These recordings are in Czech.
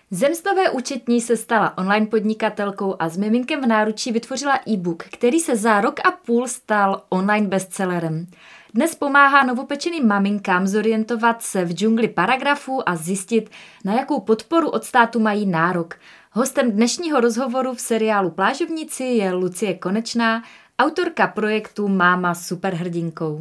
Zemstové účetní se stala online podnikatelkou a s miminkem v náručí vytvořila e-book, který se za rok a půl stal online bestsellerem. Dnes pomáhá novopečeným maminkám zorientovat se v džungli paragrafů a zjistit, na jakou podporu od státu mají nárok. Hostem dnešního rozhovoru v seriálu Plážovníci je Lucie Konečná, autorka projektu Máma superhrdinkou.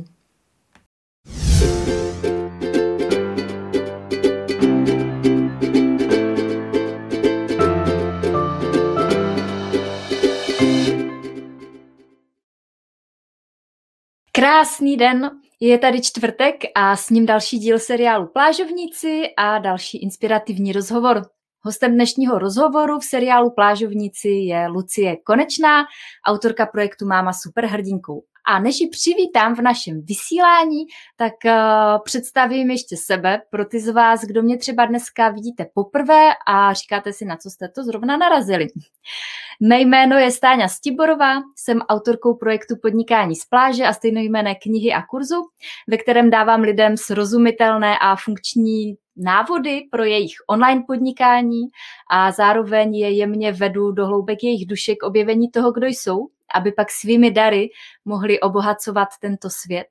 Krásný den, je tady čtvrtek a s ním další díl seriálu Plážovníci a další inspirativní rozhovor. Hostem dnešního rozhovoru v seriálu Plážovníci je Lucie Konečná, autorka projektu Máma superhrdinkou. A než ji přivítám v našem vysílání, tak představím ještě sebe pro ty z vás, kdo mě třeba dneska vidíte poprvé a říkáte si, na co jste to zrovna narazili. Mé jméno je Stáňa Stiborová, jsem autorkou projektu Podnikání z pláže a stejnojmenné knihy a kurzu, ve kterém dávám lidem srozumitelné a funkční návody pro jejich online podnikání a zároveň je jemně vedu do hloubek jejich duše k objevení toho, kdo jsou, aby pak svými dary mohli obohacovat tento svět.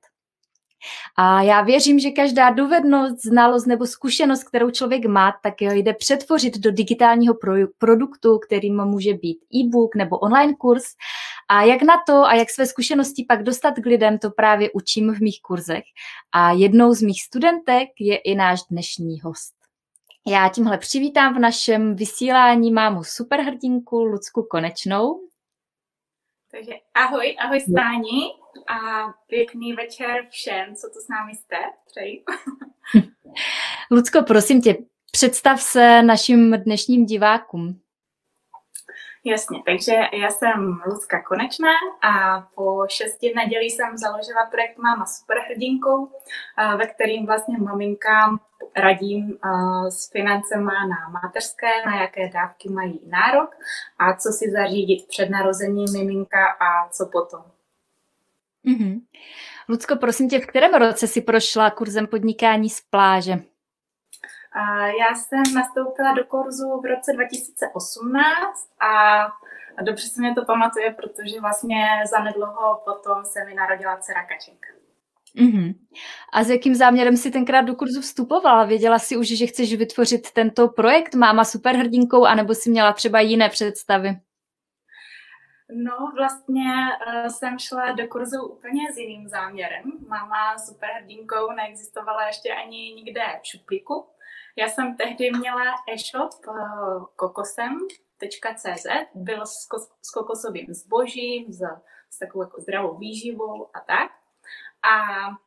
A já věřím, že každá dovednost, znalost nebo zkušenost, kterou člověk má, tak jde přetvořit do digitálního produktu, kterým může být e-book nebo online kurz. A jak na to a jak své zkušenosti pak dostat k lidem, to právě učím v mých kurzech. A jednou z mých studentek je i náš dnešní host. Já tímhle přivítám v našem vysílání mámu superhrdinku Lucku Konečnou. Takže ahoj Stáni a pěkný večer všem, co tu s námi jste, přeji. Lucko, prosím tě, představ se našim dnešním divákům. Jasně, takže já jsem Lucka Konečná a po 6 nedělí jsem založila projekt Máma superhrdinkou, ve kterým vlastně maminkám radím s financema na mateřské, na jaké dávky mají nárok a co si zařídit před narozením miminka a co potom. Mm-hmm. Lucko, prosím tě, v kterém roce jsi prošla kurzem Podnikání z pláže? Já jsem nastoupila do kurzu v roce 2018 a dobře se mě to pamatuje, protože vlastně zanedlouho potom se mi narodila dcera Kačenka. Mm-hmm. A s jakým záměrem jsi tenkrát do kurzu vstupovala? Věděla jsi už, že chceš vytvořit tento projekt Máma superhrdinkou, anebo jsi měla třeba jiné představy? No, vlastně jsem šla do kurzu úplně s jiným záměrem. Máma superhrdinkou neexistovala ještě ani nikde v šuplíku. Já jsem tehdy měla e-shop kokosem.cz, byl s kokosovým zbožím, s takovou jako zdravou výživou a tak. A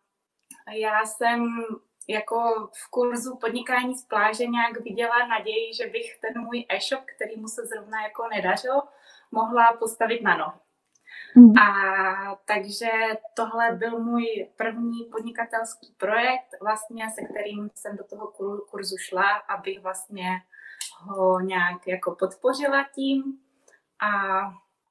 já jsem jako v kurzu Podnikání z pláže nějak viděla naději, že bych ten můj e-shop, který mu se zrovna jako nedařilo, mohla postavit na nohy. A takže tohle byl můj první podnikatelský projekt, vlastně, se kterým jsem do toho kurzu šla, abych vlastně ho nějak jako podpořila tím. A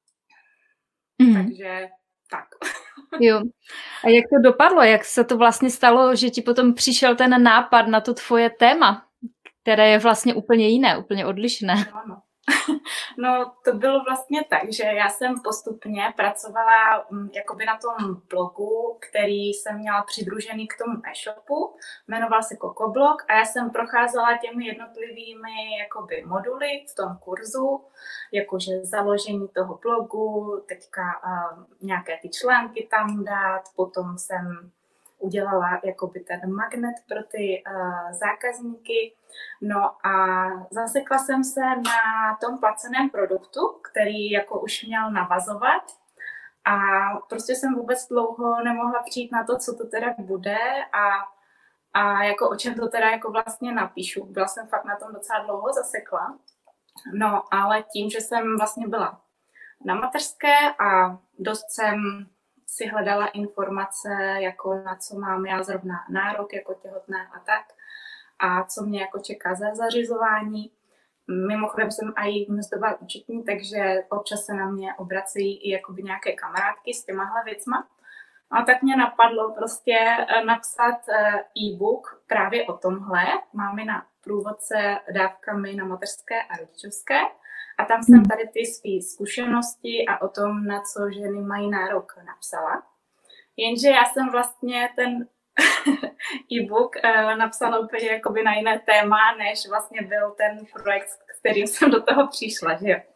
takže tak. Jo. A jak to dopadlo? Jak se to vlastně stalo, že ti potom přišel ten nápad na to tvoje téma, které je vlastně úplně jiné, úplně odlišné? No. No, to bylo vlastně tak, že já jsem postupně pracovala jakoby na tom blogu, který jsem měla přidružený k tomu e-shopu, jmenoval se Kokoblog a já jsem procházela těmi jednotlivými jakoby moduly v tom kurzu, jakože založení toho blogu, teďka nějaké ty články tam dát, potom jsem udělala jakoby ten magnet pro ty zákazníky. No a zasekla jsem se na tom placeném produktu, který jako už měl navazovat a prostě jsem vůbec dlouho nemohla přijít na to, co to teda bude a jako o čem to teda jako vlastně napíšu. Byla jsem fakt na tom docela dlouho zasekla. No ale tím, že jsem vlastně byla na mateřské a dost jsem si hledala informace, jako na co mám já zrovna nárok jako těhotná a tak. A co mě jako čeká za zařizování. Mimochodem jsem i mzdová účetní, takže občas se na mě obracejí i jakoby nějaké kamarádky s těmahle věcma. A tak mě napadlo prostě napsat e-book právě o tomhle. Máme na průvodce dávkami na mateřské a rodičovské. A tam jsem tady ty své zkušenosti a o tom, na co ženy mají nárok, napsala. Jenže já jsem vlastně ten e-book napsala úplně jakoby na jiné téma, než vlastně byl ten projekt, s kterým jsem do toho přišla, že jo.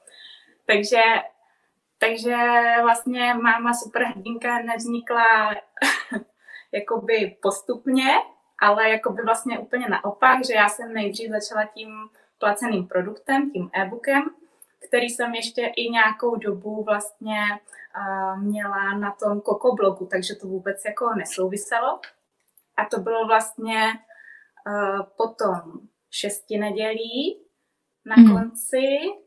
Takže vlastně Máma superhrdinka nevznikla jakoby postupně, ale jakoby vlastně úplně naopak, že já jsem nejdřív začala tím placeným produktem, tím e-bookem, který jsem ještě i nějakou dobu vlastně měla na tom kokoblogu, takže to vůbec jako nesouviselo. A to bylo vlastně potom 6 nedělí na konci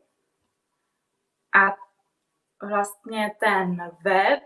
a vlastně ten web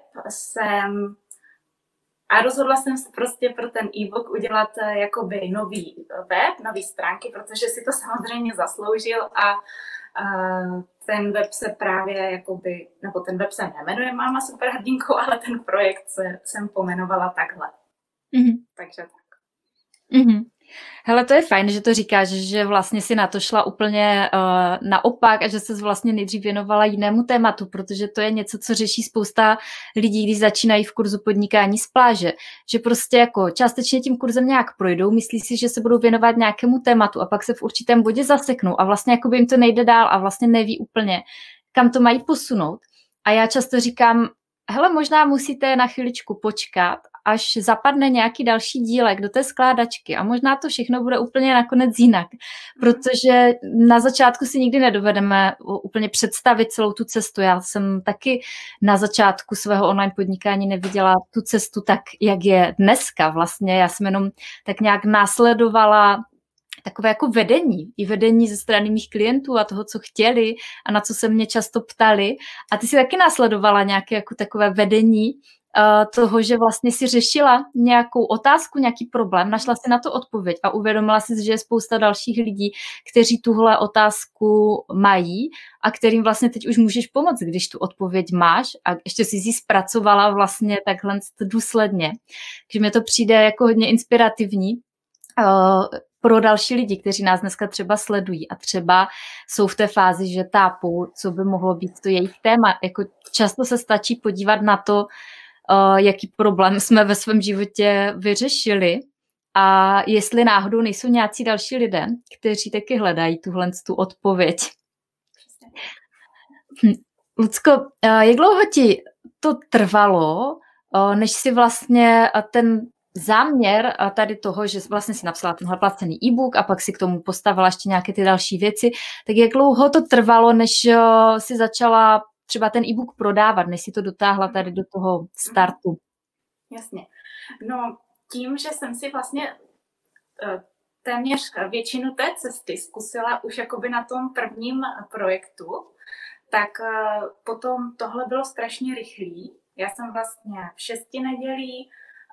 a rozhodla jsem se prostě pro ten e-book udělat jakoby nový web, nový stránky, protože si to samozřejmě zasloužil a ten web se právě jakoby, nebo ten web se nejmenuje Máma superhrdinkou, ale ten projekt jsem pomenovala takhle. Takže tak. Hele, to je fajn, že to říkáš, že vlastně si na to šla úplně naopak a že se vlastně nejdřív věnovala jinému tématu, protože to je něco, co řeší spousta lidí, když začínají v kurzu podnikání z pláže, že prostě jako částečně tím kurzem nějak projdou, myslí si, že se budou věnovat nějakému tématu a pak se v určitém bodě zaseknou a vlastně jako by jim to nejde dál a vlastně neví úplně, kam to mají posunout. A já často říkám, hele, možná musíte na chviličku počkat, až zapadne nějaký další dílek do té skládačky a možná to všechno bude úplně nakonec jinak, protože na začátku si nikdy nedovedeme úplně představit celou tu cestu. Já jsem taky na začátku svého online podnikání neviděla tu cestu tak, jak je dneska vlastně. Já jsem jenom tak nějak následovala takové jako vedení ze strany mých klientů a toho, co chtěli a na co se mě často ptali. A ty si taky následovala nějaké jako takové vedení toho, že vlastně si řešila nějakou otázku, nějaký problém, našla si na to odpověď a uvědomila si, že je spousta dalších lidí, kteří tuhle otázku mají a kterým vlastně teď už můžeš pomoct, když tu odpověď máš a ještě si ji zpracovala vlastně takhle důsledně. Takže mi to přijde jako hodně inspirativní pro další lidi, kteří nás dneska třeba sledují a třeba jsou v té fázi, že tápou, co by mohlo být to jejich téma. Jako často se stačí podívat na to, jaký problém jsme ve svém životě vyřešili a jestli náhodou nejsou nějací další lidé, kteří taky hledají tu odpověď. Lucko, jak dlouho ti to trvalo, než si vlastně ten záměr tady toho, že vlastně si napsala tenhle placený e-book a pak si k tomu postavila ještě nějaké ty další věci, tak jak dlouho to trvalo, než si začala třeba ten e-book prodávat, než si to dotáhla tady do toho startu? Jasně. No tím, že jsem si vlastně téměř většinu té cesty zkusila už jakoby na tom prvním projektu, tak potom tohle bylo strašně rychlý. Já jsem vlastně v 6 nedělí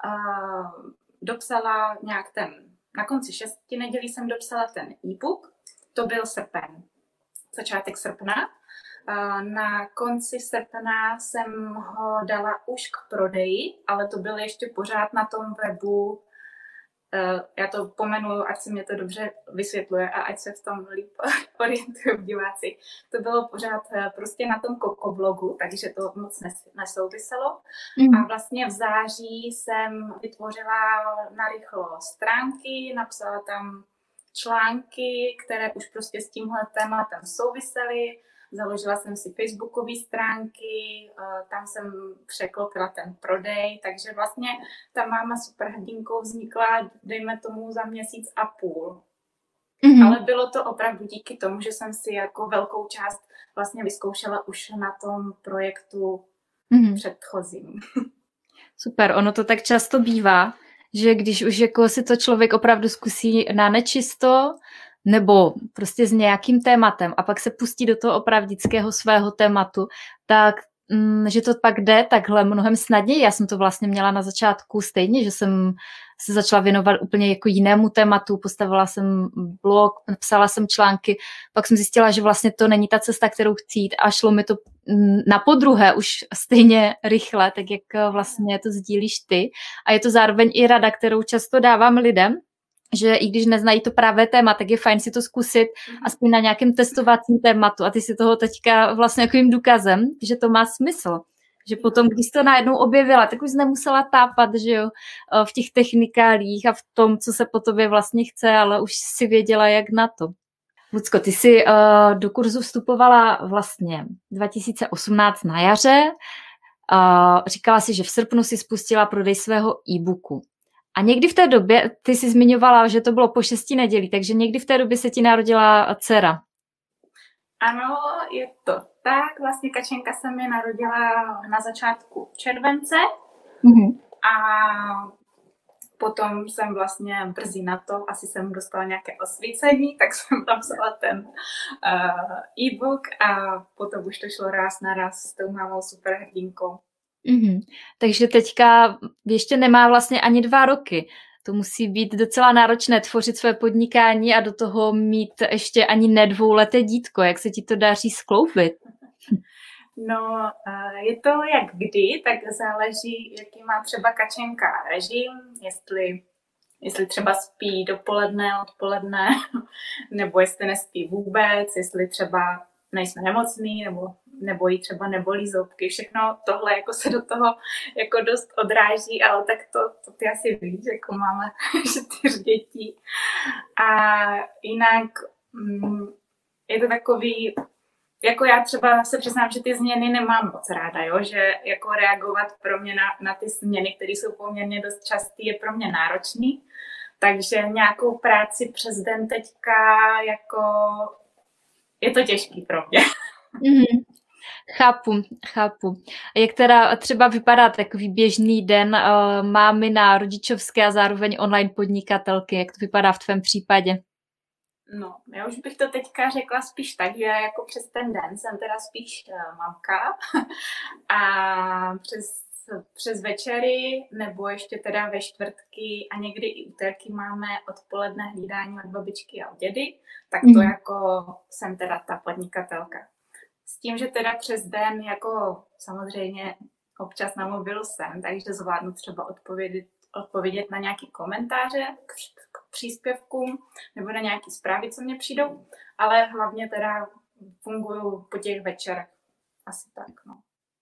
dopsala nějak na konci 6 nedělí jsem dopsala ten e-book, to byl srpen, začátek srpna. Na konci srpna jsem ho dala už k prodeji, ale to byl ještě pořád na tom webu, já to pomenuju, ať se mě to dobře vysvětluje a ať se v tom líp orientují diváci. To bylo pořád prostě na tom kokoblogu, takže to moc nesouviselo. A vlastně v září jsem vytvořila narychlo stránky, napsala tam články, které už prostě s tímhle tématem souvisely. Založila jsem si facebookové stránky, tam jsem překlopila ten prodej, takže vlastně ta Máma superhrdinkou vznikla, dejme tomu, za 1,5 měsíce. Ale bylo to opravdu díky tomu, že jsem si jako velkou část vlastně vyzkoušela už na tom projektu předchozím. Super, ono to tak často bývá, že když už jako si to člověk opravdu zkusí na nečisto, nebo prostě s nějakým tématem a pak se pustí do toho opravdického svého tématu, tak že to pak jde takhle mnohem snadněji. Já jsem to vlastně měla na začátku stejně, že jsem se začala věnovat úplně jako jinému tématu, postavila jsem blog, psala jsem články, pak jsem zjistila, že vlastně to není ta cesta, kterou chci jít a šlo mi to na podruhé už stejně rychle, tak jak vlastně to sdílíš ty. A je to zároveň i rada, kterou často dávám lidem, že i když neznají to pravé téma, tak je fajn si to zkusit aspoň na nějakém testovacím tématu a ty si toho teďka vlastně takovým důkazem, že to má smysl. Že potom, když to najednou objevila, tak už nemusela tápat, že jo, v těch technikálích a v tom, co se po tobě vlastně chce, ale už si věděla, jak na to. Lucko, ty jsi do kurzu vstupovala vlastně 2018 na jaře. Říkala si, že v srpnu si spustila prodej svého e-booku. A někdy v té době, ty jsi zmiňovala, že to bylo po 6 nedělí, takže někdy v té době se ti narodila dcera. Ano, je to tak. Vlastně Kačenka se mi narodila na začátku července a potom jsem vlastně brzy na to, asi jsem dostala nějaké osvícení, tak jsem napsala ten e-book a potom už to šlo ráz na ráz s tou mámou superhrdinkou. Takže teďka ještě nemá vlastně ani 2 roky. To musí být docela náročné tvořit své podnikání a do toho mít ještě ani ne 2leté dítko. Jak se ti to daří skloubit? No, je to jak kdy, tak záleží, jaký má třeba Kačenka režim, jestli třeba spí dopoledne, odpoledne, nebo jestli nespí vůbec, jestli třeba nejsme nemocný, nebo jí třeba nebolí zobky, všechno tohle jako se do toho jako dost odráží, ale tak to ty asi víš, jako máme 4 dětí. A jinak je to takový, jako já třeba se přiznám, že ty změny nemám moc ráda, jo? Že jako reagovat pro mě na ty změny, které jsou poměrně dost časté, je pro mě náročný. Takže nějakou práci přes den teďka jako je to těžký pro mě. Chápu. A jak teda třeba vypadá takový běžný den mámy na rodičovské a zároveň online podnikatelky? Jak to vypadá v tvém případě? No, já už bych to teďka řekla spíš tak, že jako přes ten den jsem teda spíš mamka a přes večery nebo ještě teda ve čtvrtky a někdy i úterky máme odpoledne hlídání od babičky a od dědy, tak to jako jsem teda ta podnikatelka. S tím, že teda přes den jako samozřejmě občas na mobilu jsem, takže zvládnu třeba odpovědět na nějaké komentáře k příspěvkům nebo na nějaké zprávy, co mě přijdou, ale hlavně teda funguju po těch večerech. Asi tak, no.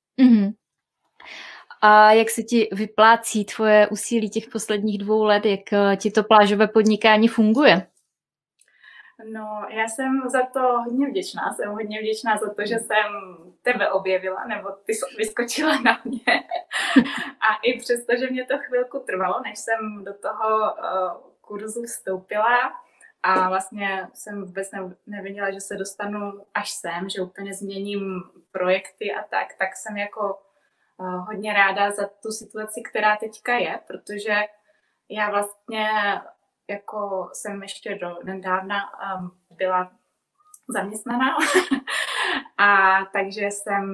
A jak se ti vyplácí tvoje úsilí těch posledních 2 let, jak ti to plážové podnikání funguje? No, já jsem za to hodně vděčná. Jsem hodně vděčná za to, že jsem tebe objevila, nebo ty vyskočila na mě. A i přesto, že mě to chvilku trvalo, než jsem do toho kurzu vstoupila a vlastně jsem vůbec nevěděla, že se dostanu až sem, že úplně změním projekty a tak jsem jako hodně ráda za tu situaci, která teďka je, protože já vlastně jako jsem ještě do nedávna byla zaměstnaná a takže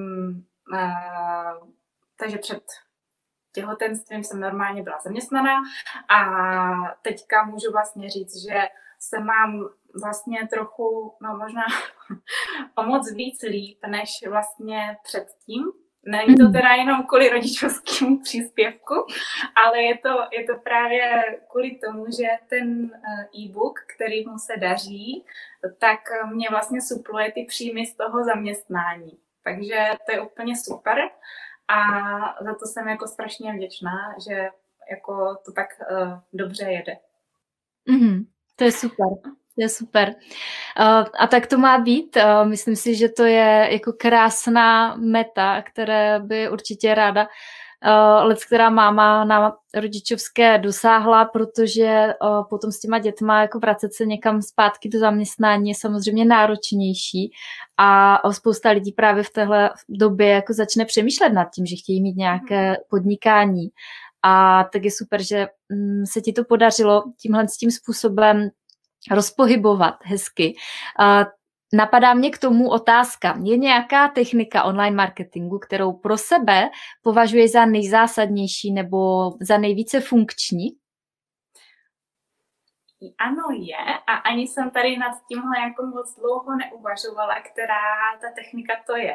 před těhotenstvím jsem normálně byla zaměstnaná a teďka můžu vlastně říct, že se mám vlastně trochu, no možná o moc víc líp, než vlastně předtím. Není to teda jenom kvůli rodičovskému příspěvku, ale je to právě kvůli tomu, že ten e-book, který mu se daří, tak mě vlastně supluje ty příjmy z toho zaměstnání. Takže to je úplně super a za to jsem jako strašně vděčná, že jako to tak dobře jede. To je super. To je super. A tak to má být. Myslím si, že to je jako krásná meta, které by určitě ráda která máma na rodičovské dosáhla, protože potom s těma dětma jako vracet se někam zpátky do zaměstnání je samozřejmě náročnější a spousta lidí právě v téhle době jako začne přemýšlet nad tím, že chtějí mít nějaké podnikání. A tak je super, že se ti to podařilo tímhle s tím způsobem rozpohybovat hezky. napadá mě k tomu otázka. Je nějaká technika online marketingu, kterou pro sebe považuješ za nejzásadnější nebo za nejvíce funkční? Ano je, a ani jsem tady nad tímhle jako moc dlouho neuvažovala, která ta technika to je.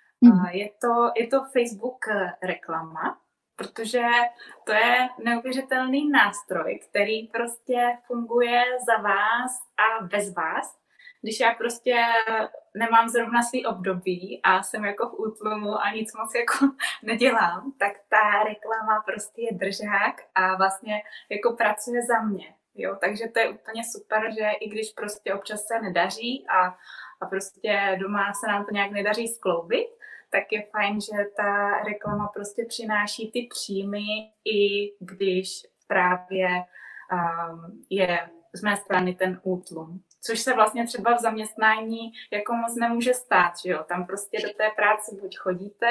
Je to Facebook reklama, protože to je neuvěřitelný nástroj, který prostě funguje za vás a bez vás. Když já prostě nemám zrovna svý období a jsem jako v útlumu a nic moc jako nedělám, tak ta reklama prostě je držák a vlastně jako pracuje za mě. Jo, takže to je úplně super, že i když prostě občas se nedaří a prostě doma se nám to nějak nedaří skloubit, tak je fajn, že ta reklama prostě přináší ty příjmy, i když právě je z mé strany ten útlum. Což se vlastně třeba v zaměstnání jako moc nemůže stát, že jo? Tam prostě do té práce buď chodíte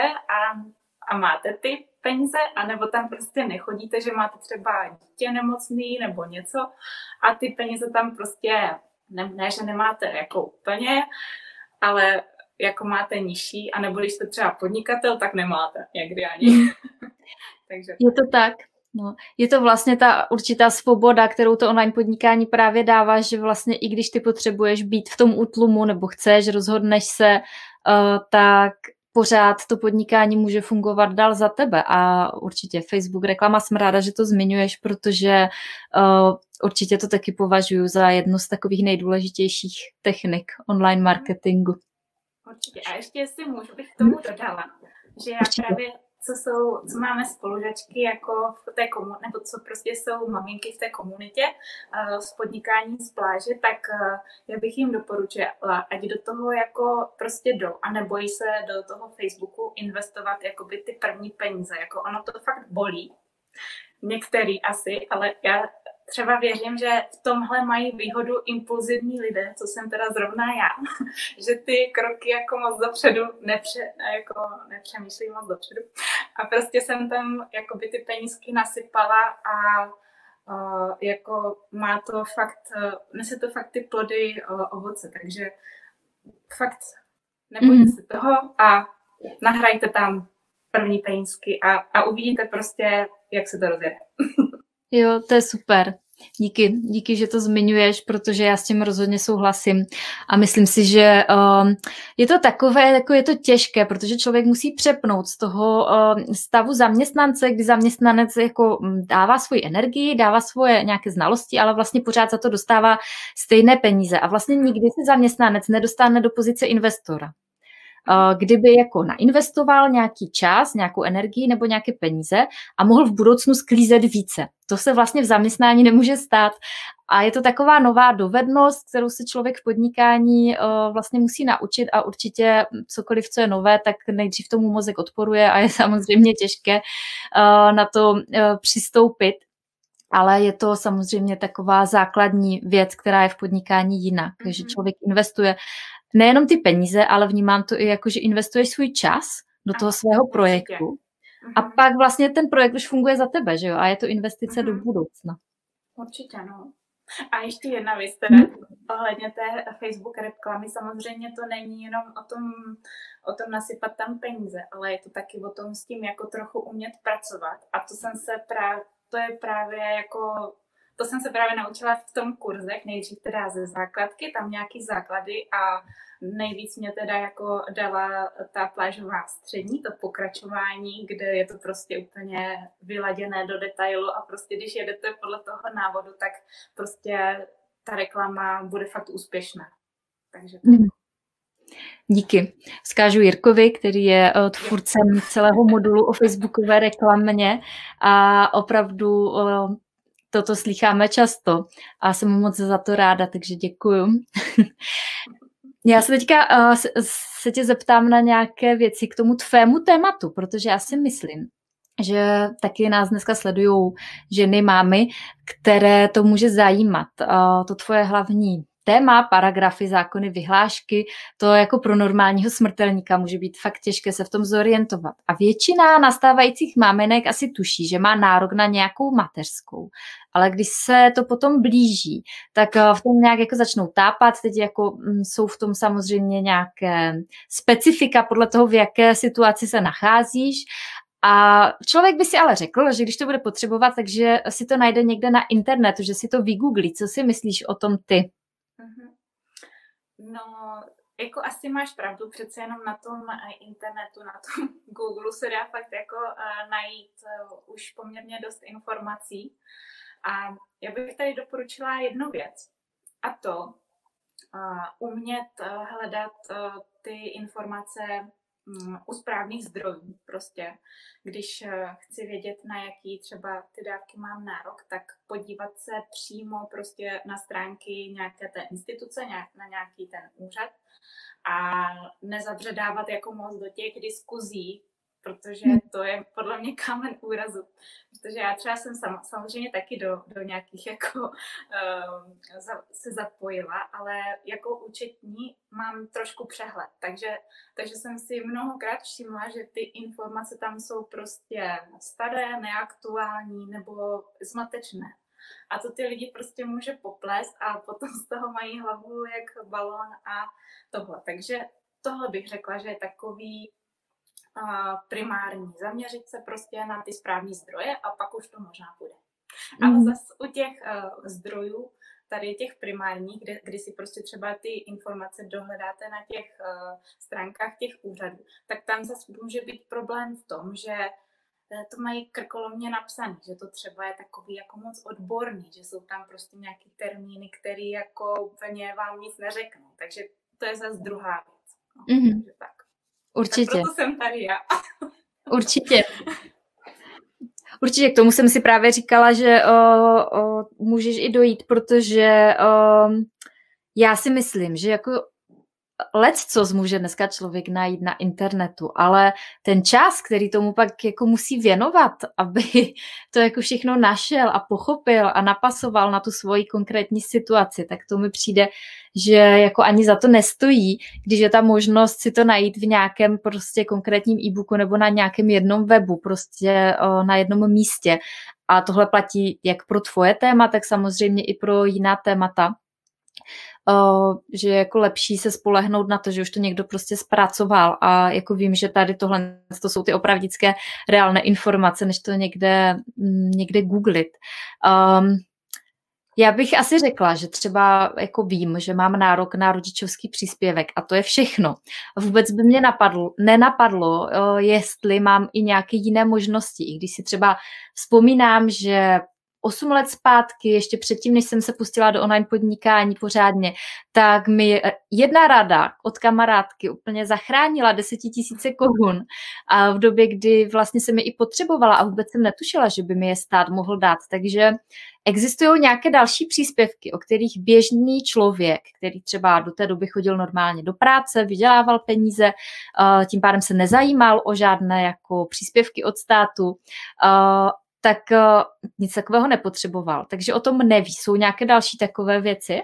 a máte ty peníze, anebo tam prostě nechodíte, že máte třeba dítě nemocný nebo něco a ty peníze tam prostě, ne že nemáte jako úplně, ale jako máte nižší, anebo když jste třeba podnikatel, tak nemáte někdy ani. Takže je to tak. No, je to vlastně ta určitá svoboda, kterou to online podnikání právě dává, že vlastně i když ty potřebuješ být v tom útlumu nebo chceš, rozhodneš se, tak pořád to podnikání může fungovat dál za tebe. A určitě Facebook reklama, jsem ráda, že to zmiňuješ, protože určitě to taky považuji za jednu z takových nejdůležitějších technik online marketingu. Určitě. A ještě jestli můžu, bych k tomu dodala, že já právě co máme spolužačky jako v té komunitě, nebo co prostě jsou maminky v té komunitě z podnikání z pláže, tak já bych jim doporučila, ať do toho jako prostě jdou a nebojí se do toho Facebooku investovat jakoby ty první peníze, jako ono to fakt bolí. Některý asi, ale já třeba věřím, že v tomhle mají výhodu impulzivní lidé, co jsem teda zrovna já, že ty kroky jako moc dopředu nepřemýšlím moc dopředu. A prostě jsem tam jakoby ty penízky nasypala a jako má to fakt, nese to fakt ty plody ovoce, takže fakt nebojte se toho a nahrajte tam první penízky a uvidíte prostě, jak se to rozjede. Jo, to je super. Díky, že to zmiňuješ, protože já s tím rozhodně souhlasím a myslím si, že je to takové, jako je to těžké, protože člověk musí přepnout z toho stavu zaměstnance, kdy zaměstnanec jako dává svoji energii, dává svoje nějaké znalosti, ale vlastně pořád za to dostává stejné peníze a vlastně nikdy se zaměstnanec nedostane do pozice investora. Kdyby jako nainvestoval nějaký čas, nějakou energii nebo nějaké peníze a mohl v budoucnu sklízet více. To se vlastně v zaměstnání nemůže stát a je to taková nová dovednost, kterou se člověk v podnikání vlastně musí naučit a určitě cokoliv, co je nové, tak nejdřív tomu mozek odporuje a je samozřejmě těžké na to přistoupit. Ale je to samozřejmě taková základní věc, která je v podnikání jinak, že člověk investuje nejenom ty peníze, ale vnímám to i jako, že investuješ svůj čas do toho svého projektu a pak vlastně ten projekt už funguje za tebe, že jo? A je to investice do budoucna. Určitě, no. A ještě jedna věc teda ohledně té Facebook reklamy. Samozřejmě to není jenom o tom nasypat tam peníze, ale je to taky o tom s tím jako trochu umět pracovat. A to jsem se právě naučila v tom kurzech, nejdřív teda ze základky, tam nějaký základy a nejvíc mě teda jako dala ta plážová střední, to pokračování, kde je to prostě úplně vyladěné do detailu a prostě když jedete podle toho návodu, tak prostě ta reklama bude fakt úspěšná. Takže tak. Díky. Vzkážu Jirkovi, který je tvůrcem celého modulu o facebookové reklamě a opravdu toto slycháme často a jsem moc za to ráda, takže děkuju. Já se teďka se tě zeptám na nějaké věci k tomu tvému tématu, protože já si myslím, že taky nás dneska sledují ženy, mámy, které to může zajímat. To tvoje hlavní téma, paragrafy, zákony, vyhlášky, to jako pro normálního smrtelníka může být fakt těžké se v tom zorientovat. A většina nastávajících mámenek asi tuší, že má nárok na nějakou mateřskou. Ale když se to potom blíží, tak v tom nějak jako začnou tápat. Teď jako jsou v tom samozřejmě nějaké specifika podle toho, v jaké situaci se nacházíš. A člověk by si ale řekl, že když to bude potřebovat, takže si to najde někde na internetu, že si to vygooglí. Co si myslíš o tom ty? No, jako asi máš pravdu, přece jenom na tom internetu, na tom Google se dá fakt jako najít už poměrně dost informací. A já bych tady doporučila jednu věc, a to umět hledat ty informace u správných zdrojů. Prostě, když chci vědět, na jaký třeba ty dávky mám nárok, tak podívat se přímo prostě na stránky nějaké té instituce, na nějaký ten úřad a nezabředávat jako moc do těch diskuzí, protože to je podle mě kámen úrazu. Protože já třeba jsem samozřejmě taky do nějakých jako se zapojila, ale jako účetní mám trošku přehled. Takže jsem si mnohokrát všimla, že ty informace tam jsou prostě staré, neaktuální nebo zmatečné. A to ty lidi prostě může poplést a potom z toho mají hlavu jak balón a tohle. Takže tohle bych řekla, že je takový primární. Zaměřit se prostě na ty správné zdroje a pak už to možná půjde. Ale zase u těch zdrojů, tady těch primárních, kdy si prostě třeba ty informace dohledáte na těch stránkách těch úřadů, tak tam zase může být problém v tom, že to mají krkolomně napsané, že to třeba je takový jako moc odborný, že jsou tam prostě nějaký termíny, které jako úplně vám nic neřeknou. Takže to je zase druhá věc. No, takže tak. Určitě. Tak proto jsem tady já. Určitě. Určitě, k tomu jsem si právě říkala, že můžeš i dojít, protože já si myslím, že jako leccos může dneska člověk najít na internetu, ale ten čas, který tomu pak jako musí věnovat, aby to jako všechno našel a pochopil a napasoval na tu svoji konkrétní situaci, tak to mi přijde, že jako ani za to nestojí, když je ta možnost si to najít v nějakém prostě konkrétním e-booku nebo na nějakém jednom webu, prostě na jednom místě. A tohle platí jak pro tvoje téma, tak samozřejmě i pro jiná témata. Že je jako lepší se spolehnout na to, že už to někdo prostě zpracoval a jako vím, že tady tohle to jsou ty opravdické reálné informace, než to někde googlit. Já bych asi řekla, že třeba jako vím, že mám nárok na rodičovský příspěvek a to je všechno. Vůbec by mě nenapadlo, jestli mám i nějaké jiné možnosti, i když si třeba vzpomínám, že 8 let zpátky, ještě předtím, než jsem se pustila do online podnikání pořádně, tak mi jedna rada od kamarádky úplně zachránila 10 000 korun a v době, kdy vlastně jsem je i potřebovala a vůbec jsem netušila, že by mi je stát mohl dát. Takže existují nějaké další příspěvky, o kterých běžný člověk, který třeba do té doby chodil normálně do práce, vydělával peníze, tím pádem se nezajímal o žádné jako příspěvky od státu, tak nic takového nepotřeboval. Takže o tom neví. Jsou nějaké další takové věci?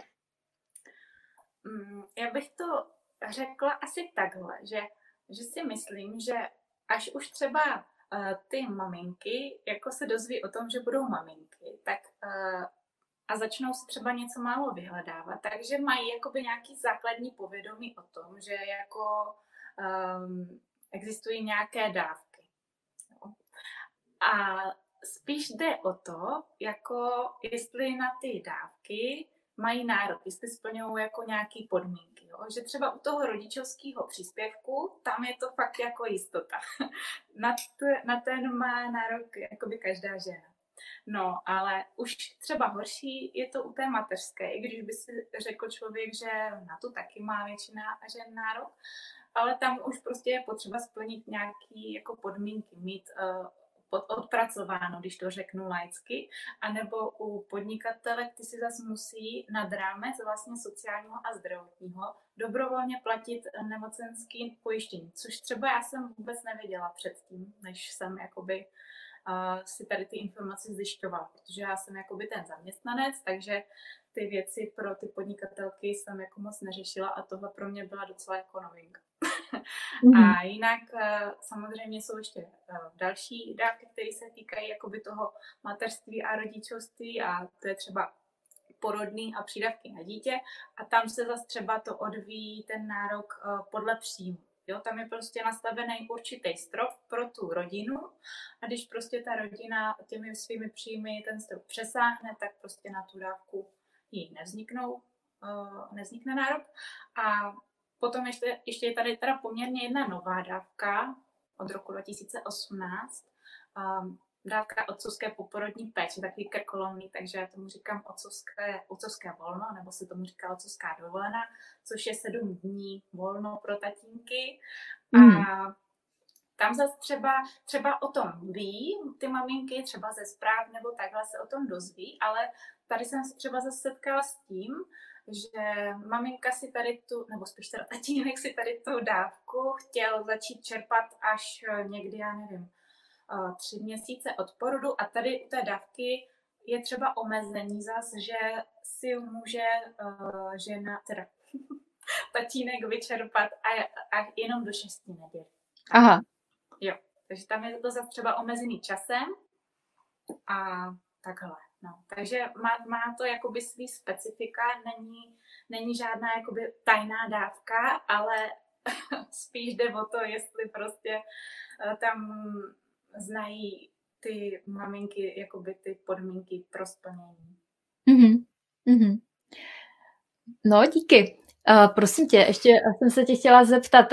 Já bych to řekla asi takhle, že si myslím, že až už třeba ty maminky jako se dozví o tom, že budou maminky, tak a začnou si třeba něco málo vyhledávat, takže mají jakoby nějaký základní povědomí o tom, že jako existují nějaké dávky. A spíš jde o to, jako jestli na ty dávky mají nárok, jestli splňují jako nějaký podmínky. Jo? Že třeba u toho rodičovského příspěvku, tam je to fakt jako jistota. Na ten má nárok jakoby každá žena. No, ale už třeba horší je to u té mateřské, i když by si řekl člověk, že na to taky má většina žen nárok, ale tam už prostě je potřeba splnit nějaký jako podmínky, mít odpracováno, když to řeknu laicky, anebo u podnikatele, ty si zase musí nad rámec vlastně sociálního a zdravotního dobrovolně platit nemocenský pojištění, což třeba já jsem vůbec nevěděla předtím, než jsem jakoby si tady ty informace zjišťovala, protože já jsem jakoby ten zaměstnanec, takže ty věci pro ty podnikatelky jsem jako moc neřešila a tohle pro mě byla docela jako novinka. A jinak samozřejmě jsou ještě další dávky, které se týkají jakoby toho mateřství a rodičovství a to je třeba porodný a přídavky na dítě a tam se zase třeba to odvíjí ten nárok podle příjmu. Jo, tam je prostě nastavený určitý strop pro tu rodinu a když prostě ta rodina těmi svými příjmy ten strop přesáhne, tak prostě na tu dávku jí nevznikne nárok. A potom ještě je tady teda poměrně jedna nová dávka od roku 2018, dávka otcovské poporodní péče, takový krkolomný, takže já tomu říkám otcovské volno, nebo se tomu říká otcovská dovolená, což je 7 dní volno pro tatínky. A tam zase třeba o tom ví ty maminky, třeba ze zpráv nebo takhle se o tom dozví, ale tady jsem se třeba zase setkala s tím, že maminka si tady nebo spíš teda tatínek si tady tu dávku chtěl začít čerpat až někdy, já nevím, 3 měsíce od porodu a tady u té dávky je třeba omezení zas, že si může žena, teda tatínek vyčerpat a jenom do 6 neděl. Aha. Jo, takže tam je to zase třeba omezený časem a takhle. No, takže má to jakoby svý specifika, není žádná jakoby tajná dávka, ale spíš jde o to, jestli prostě tam znají ty maminky jakoby ty podmínky pro splnění. No, díky. Prosím tě, ještě jsem se tě chtěla zeptat,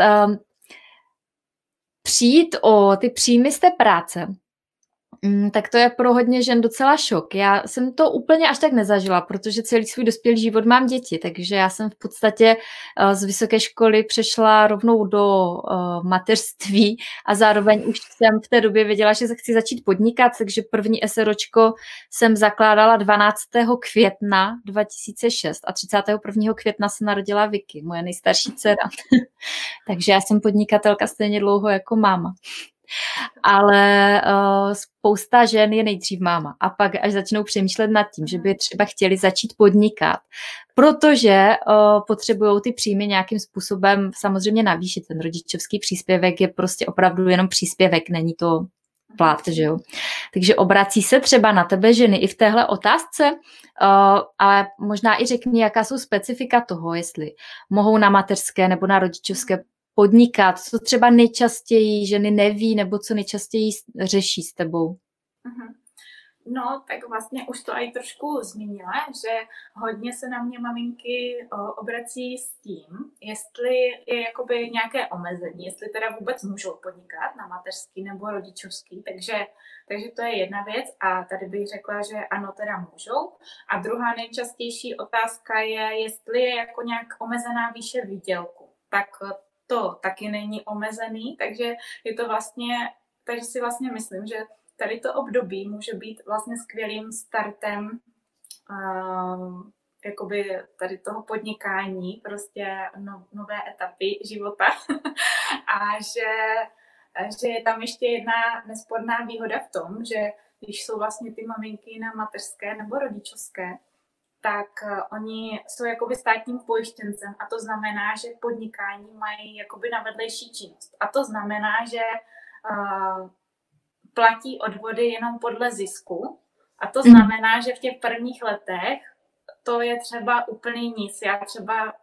přijít o ty příjmy z té práce, tak to je pro hodně žen docela šok. Já jsem to úplně až tak nezažila, protože celý svůj dospělý život mám děti, takže já jsem v podstatě z vysoké školy přešla rovnou do mateřství a zároveň už jsem v té době věděla, že se chci začít podnikat, takže první SROčko jsem zakládala 12. května 2006 a 31. května se narodila Vicky, moje nejstarší dcera. Takže já jsem podnikatelka stejně dlouho jako máma. Ale spousta žen je nejdřív máma a pak až začnou přemýšlet nad tím, že by třeba chtěli začít podnikat, protože potřebují ty příjmy nějakým způsobem samozřejmě navýšit. Ten rodičovský příspěvek je prostě opravdu jenom příspěvek, není to plat, že jo. Takže obrací se třeba na tebe ženy i v téhle otázce, ale možná i řekni, jaká jsou specifika toho, jestli mohou na mateřské nebo na rodičovské podnikat, co třeba nejčastěji ženy neví, nebo co nejčastěji řeší s tebou? No, tak vlastně už to i trošku zmínila, že hodně se na mě maminky obrací s tím, jestli je jakoby nějaké omezení, jestli teda vůbec můžou podnikat na mateřský nebo rodičovský, takže to je jedna věc a tady bych řekla, že ano, teda můžou. A druhá nejčastější otázka je, jestli je jako nějak omezená výše výdělku. Tak to taky není omezený, takže je to vlastně, takže si vlastně myslím, že tady to období může být vlastně skvělým startem jakoby tady toho podnikání, prostě nové etapy života a že je tam ještě jedna nesporná výhoda v tom, že když jsou vlastně ty maminky na mateřské nebo rodičovské, tak oni jsou jakoby státním pojištěncem a to znamená, že podnikání mají jakoby na vedlejší činnost. A to znamená, že platí odvody jenom podle zisku a to znamená, že v těch prvních letech to je třeba úplně nic. Já třeba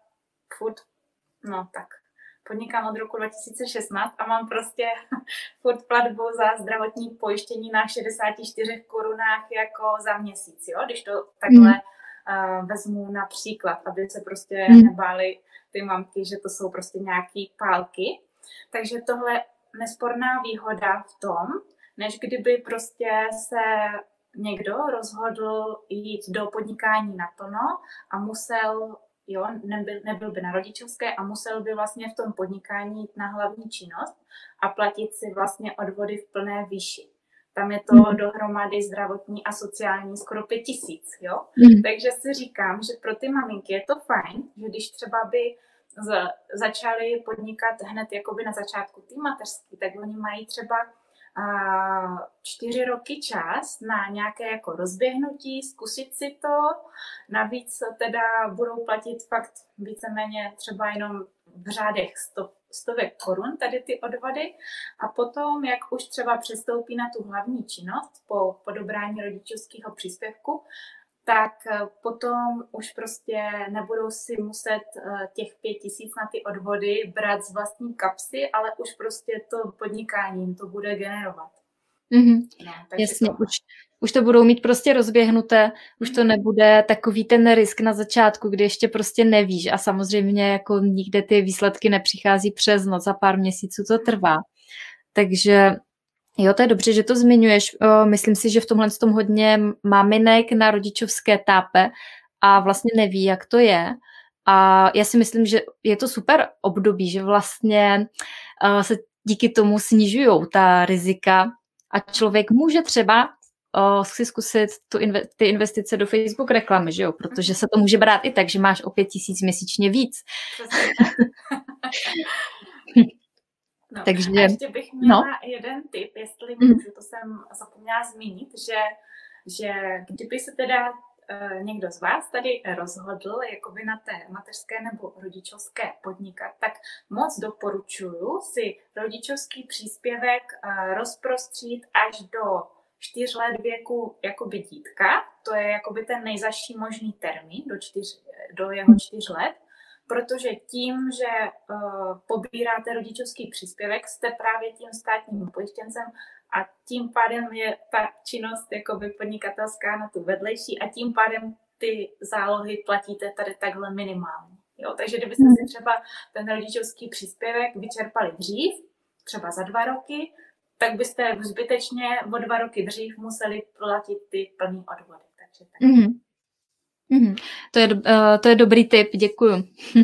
podnikám od roku 2016 a mám prostě furt platbu za zdravotní pojištění na 64 korunách jako za měsíc, jo? Když to takhle vezmu například, aby se prostě nebály ty mamky, že to jsou prostě nějaký pálky. Takže tohle nesporná výhoda v tom, než kdyby prostě se někdo rozhodl jít do podnikání naplno a musel, nebyl by na rodičovské a musel by vlastně v tom podnikání jít na hlavní činnost a platit si vlastně odvody v plné výši. Tam je to dohromady zdravotní a sociální skoro 5 000, jo? Takže si říkám, že pro ty maminky je to fajn, že když třeba by začali podnikat hned jakoby na začátku té mateřské, tak oni mají třeba 4 roky čas na nějaké jako rozběhnutí, zkusit si to. Navíc teda budou platit fakt víceméně třeba jenom v řádech stovek korun tady ty odvody a potom, jak už třeba přestoupí na tu hlavní činnost po dobrání rodičovského příspěvku, tak potom už prostě nebudou si muset těch 5 000 na ty odvody brát z vlastní kapsy, ale už prostě to podnikání to bude generovat. Mm-hmm. No, jasně, už to budou mít prostě rozběhnuté, už to nebude takový ten risk na začátku, kdy ještě prostě nevíš a samozřejmě jako nikde ty výsledky nepřichází přes noc, za pár měsíců to trvá. Takže jo, to je dobře, že to zmiňuješ. Myslím si, že v tomhle tom hodně maminek na rodičovské tápe a vlastně neví, jak to je. A já si myslím, že je to super období, že vlastně se díky tomu snižují ta rizika a člověk může třeba si zkusit ty investice do Facebook reklamy, že jo? Protože se to může brát i tak, že máš o 5 000 měsíčně víc. No, takže a ještě bych měla jeden tip, jestli můžu, to jsem zapomněla zmínit, že kdyby se teda někdo z vás tady rozhodl jakoby na té mateřské nebo rodičovské podnikat, tak moc doporučuju si rodičovský příspěvek rozprostřít až do 4 let věku jakoby dítka, to je jakoby ten nejzazší možný termín do jeho 4 let, protože tím, že pobíráte rodičovský příspěvek, jste právě tím státním pojištěncem a tím pádem je ta činnost jakoby podnikatelská na tu vedlejší a tím pádem ty zálohy platíte tady takhle minimálně. Jo? Takže kdybyste si třeba ten rodičovský příspěvek vyčerpali dřív, třeba za 2 roky, tak byste zbytečně o 2 roky dřív museli platit ty plný odvody. Takže tak. To je dobrý tip, děkuju.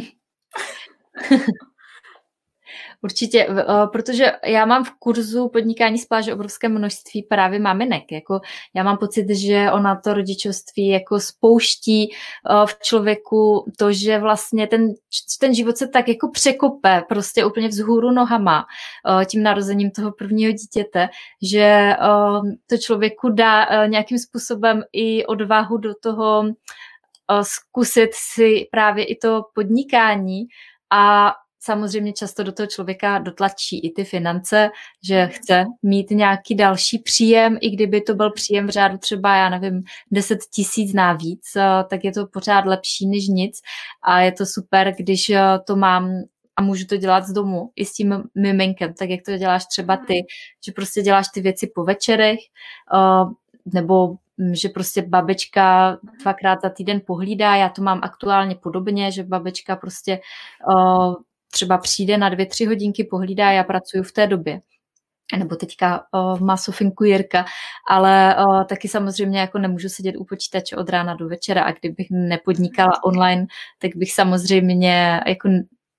Určitě, protože já mám v kurzu podnikání z pláže obrovské množství právě maminek. Jako já mám pocit, že ona to rodičovství jako spouští v člověku to, že vlastně ten život se tak jako překope prostě úplně vzhůru nohama tím narozením toho prvního dítěte, že to člověku dá nějakým způsobem i odvahu do toho zkusit si právě i to podnikání a samozřejmě často do toho člověka dotlačí i ty finance, že chce mít nějaký další příjem, i kdyby to byl příjem v řádu třeba, já nevím, 10 000 navíc, tak je to pořád lepší než nic a je to super, když to mám a můžu to dělat z domu i s tím miminkem, tak jak to děláš třeba ty, že prostě děláš ty věci po večerech, nebo že prostě babička 2krát za týden pohlídá, já to mám aktuálně podobně, že babička prostě třeba přijde na 2-3 hodinky, pohlídá, já pracuju v té době. Nebo teďka má Sofinku Jirka, ale taky samozřejmě jako nemůžu sedět u počítače od rána do večera a kdybych nepodnikala online, tak bych samozřejmě jako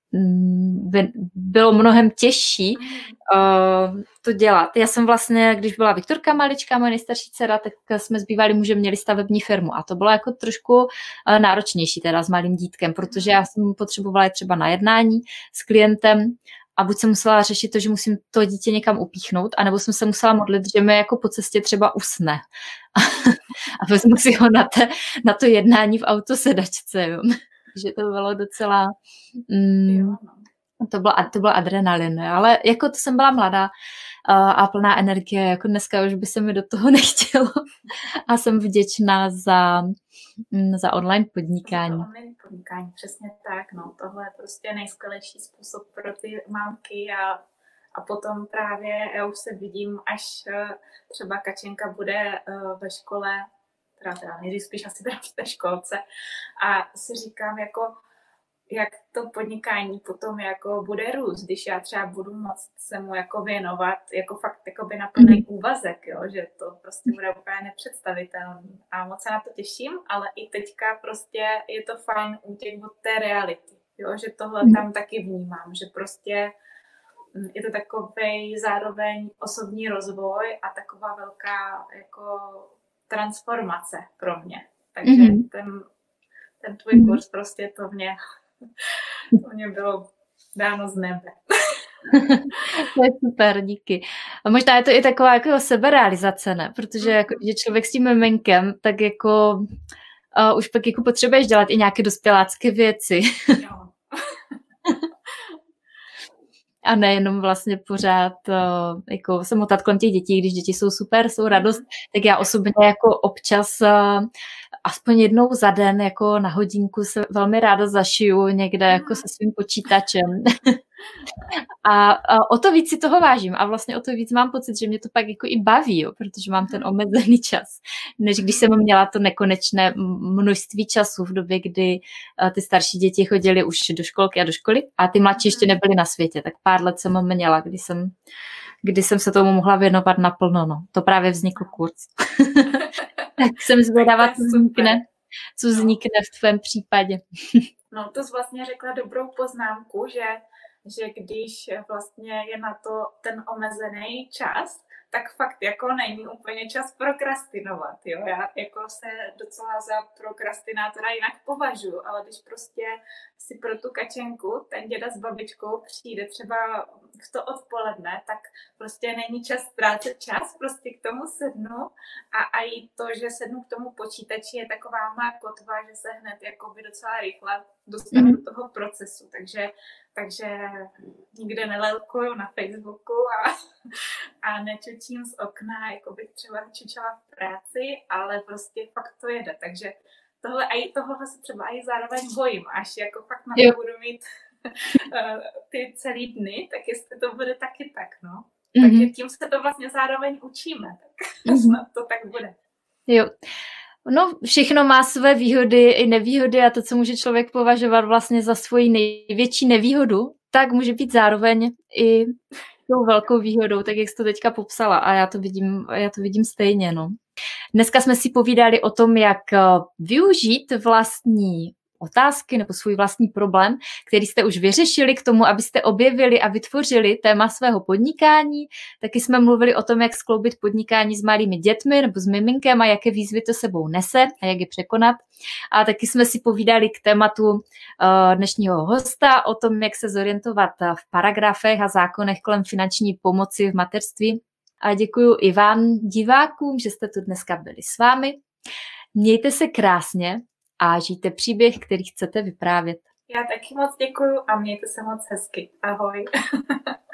bylo mnohem těžší to dělat. Já jsem vlastně, když byla Viktorka maličká, moje nejstarší dcera, tak jsme s bývalým mužem měli stavební firmu a to bylo jako trošku náročnější teda s malým dítkem, protože já jsem potřebovala třeba na jednání s klientem a buď jsem musela řešit to, že musím to dítě někam upíchnout, anebo jsem se musela modlit, že mi jako po cestě třeba usne. A vezmu si ho na to jednání v autosedačce, jo. Že to bylo docela, to byl adrenalin, ale jako to jsem byla mladá a plná energie, jako dneska už by se mi do toho nechtělo a jsem vděčná za online podnikání. Za online podnikání, přesně tak, no, tohle je prostě nejskvělejší způsob pro ty mámky a potom právě já už se vidím, až třeba Kačenka bude ve škole, teda nejdřív spíš asi teda v té školce a si říkám, jako, jak to podnikání potom jako bude růst, když já třeba budu moct se mu jako věnovat jako fakt jakoby na plný úvazek, jo, že to prostě bude úplně nepředstavitelné a moc se na to těším, ale i teďka prostě je to fajn útěk od té reality, jo, že tohle tam taky vnímám, že prostě je to takovej zároveň osobní rozvoj a taková velká jako transformace pro mě. Takže ten tvůj kurz prostě to mě bylo dáno z nebe. To je super, díky. A možná je to i taková jako seberealizace, ne? Protože jako, že člověk s tím miminkem, tak jako už pak jako potřebuješ dělat i nějaké dospělácké věci. Jo. A nejenom vlastně pořád jako se motat kolem těch dětí, když děti jsou super, jsou radost, tak já osobně jako občas aspoň jednou za den jako na hodinku se velmi ráda zašiju někde jako se svým počítačem. A o to víc si toho vážím a vlastně o to víc mám pocit, že mě to pak jako i baví, jo, protože mám ten omezený čas, než když jsem měla to nekonečné množství času v době, kdy ty starší děti chodily už do školky a do školy a ty mladší ještě nebyly na světě, tak pár let jsem měla, kdy jsem se tomu mohla věnovat naplno, no. To právě vznikl kurz. Tak jsem zvědavá, co vznikne v tvém případě. No, to jsi vlastně řekla dobrou poznámku, že když vlastně je na to ten omezený čas, tak fakt jako není úplně čas prokrastinovat, jo. Já jako se docela za prokrastinátora jinak považuji, ale když prostě si pro tu kačenku ten děda s babičkou přijde třeba v to odpoledne, tak prostě není čas ztrácet čas, prostě k tomu sednu a i to, že sednu k tomu počítači je taková má kotva, že se hned jakoby docela rychle dostanu do toho procesu, takže nikde nelelkuju na Facebooku a nečučím z okna, jako bych třeba čučela v práci, ale prostě fakt to jede, takže tohle se třeba i zároveň bojím, až jako fakt na to budu mít ty celý dny, tak jestli to bude taky tak, no. Takže tím se to vlastně zároveň učíme, tak snad to tak bude. Jo. No, všechno má své výhody i nevýhody a to, co může člověk považovat vlastně za svoji největší nevýhodu, tak může být zároveň i tou velkou výhodou, tak jak jsi to teďka popsala a já to vidím stejně, no. Dneska jsme si povídali o tom, jak využít vlastní otázky nebo svůj vlastní problém, který jste už vyřešili k tomu, abyste objevili a vytvořili téma svého podnikání. Taky jsme mluvili o tom, jak skloubit podnikání s malými dětmi nebo s miminkem a jaké výzvy to sebou nese a jak je překonat. A taky jsme si povídali k tématu dnešního hosta o tom, jak se zorientovat v paragrafech a zákonech kolem finanční pomoci v mateřství. A děkuji i vám, divákům, že jste tu dneska byli s vámi. Mějte se krásně a žijte příběh, který chcete vyprávět. Já taky moc děkuju a mějte se moc hezky. Ahoj.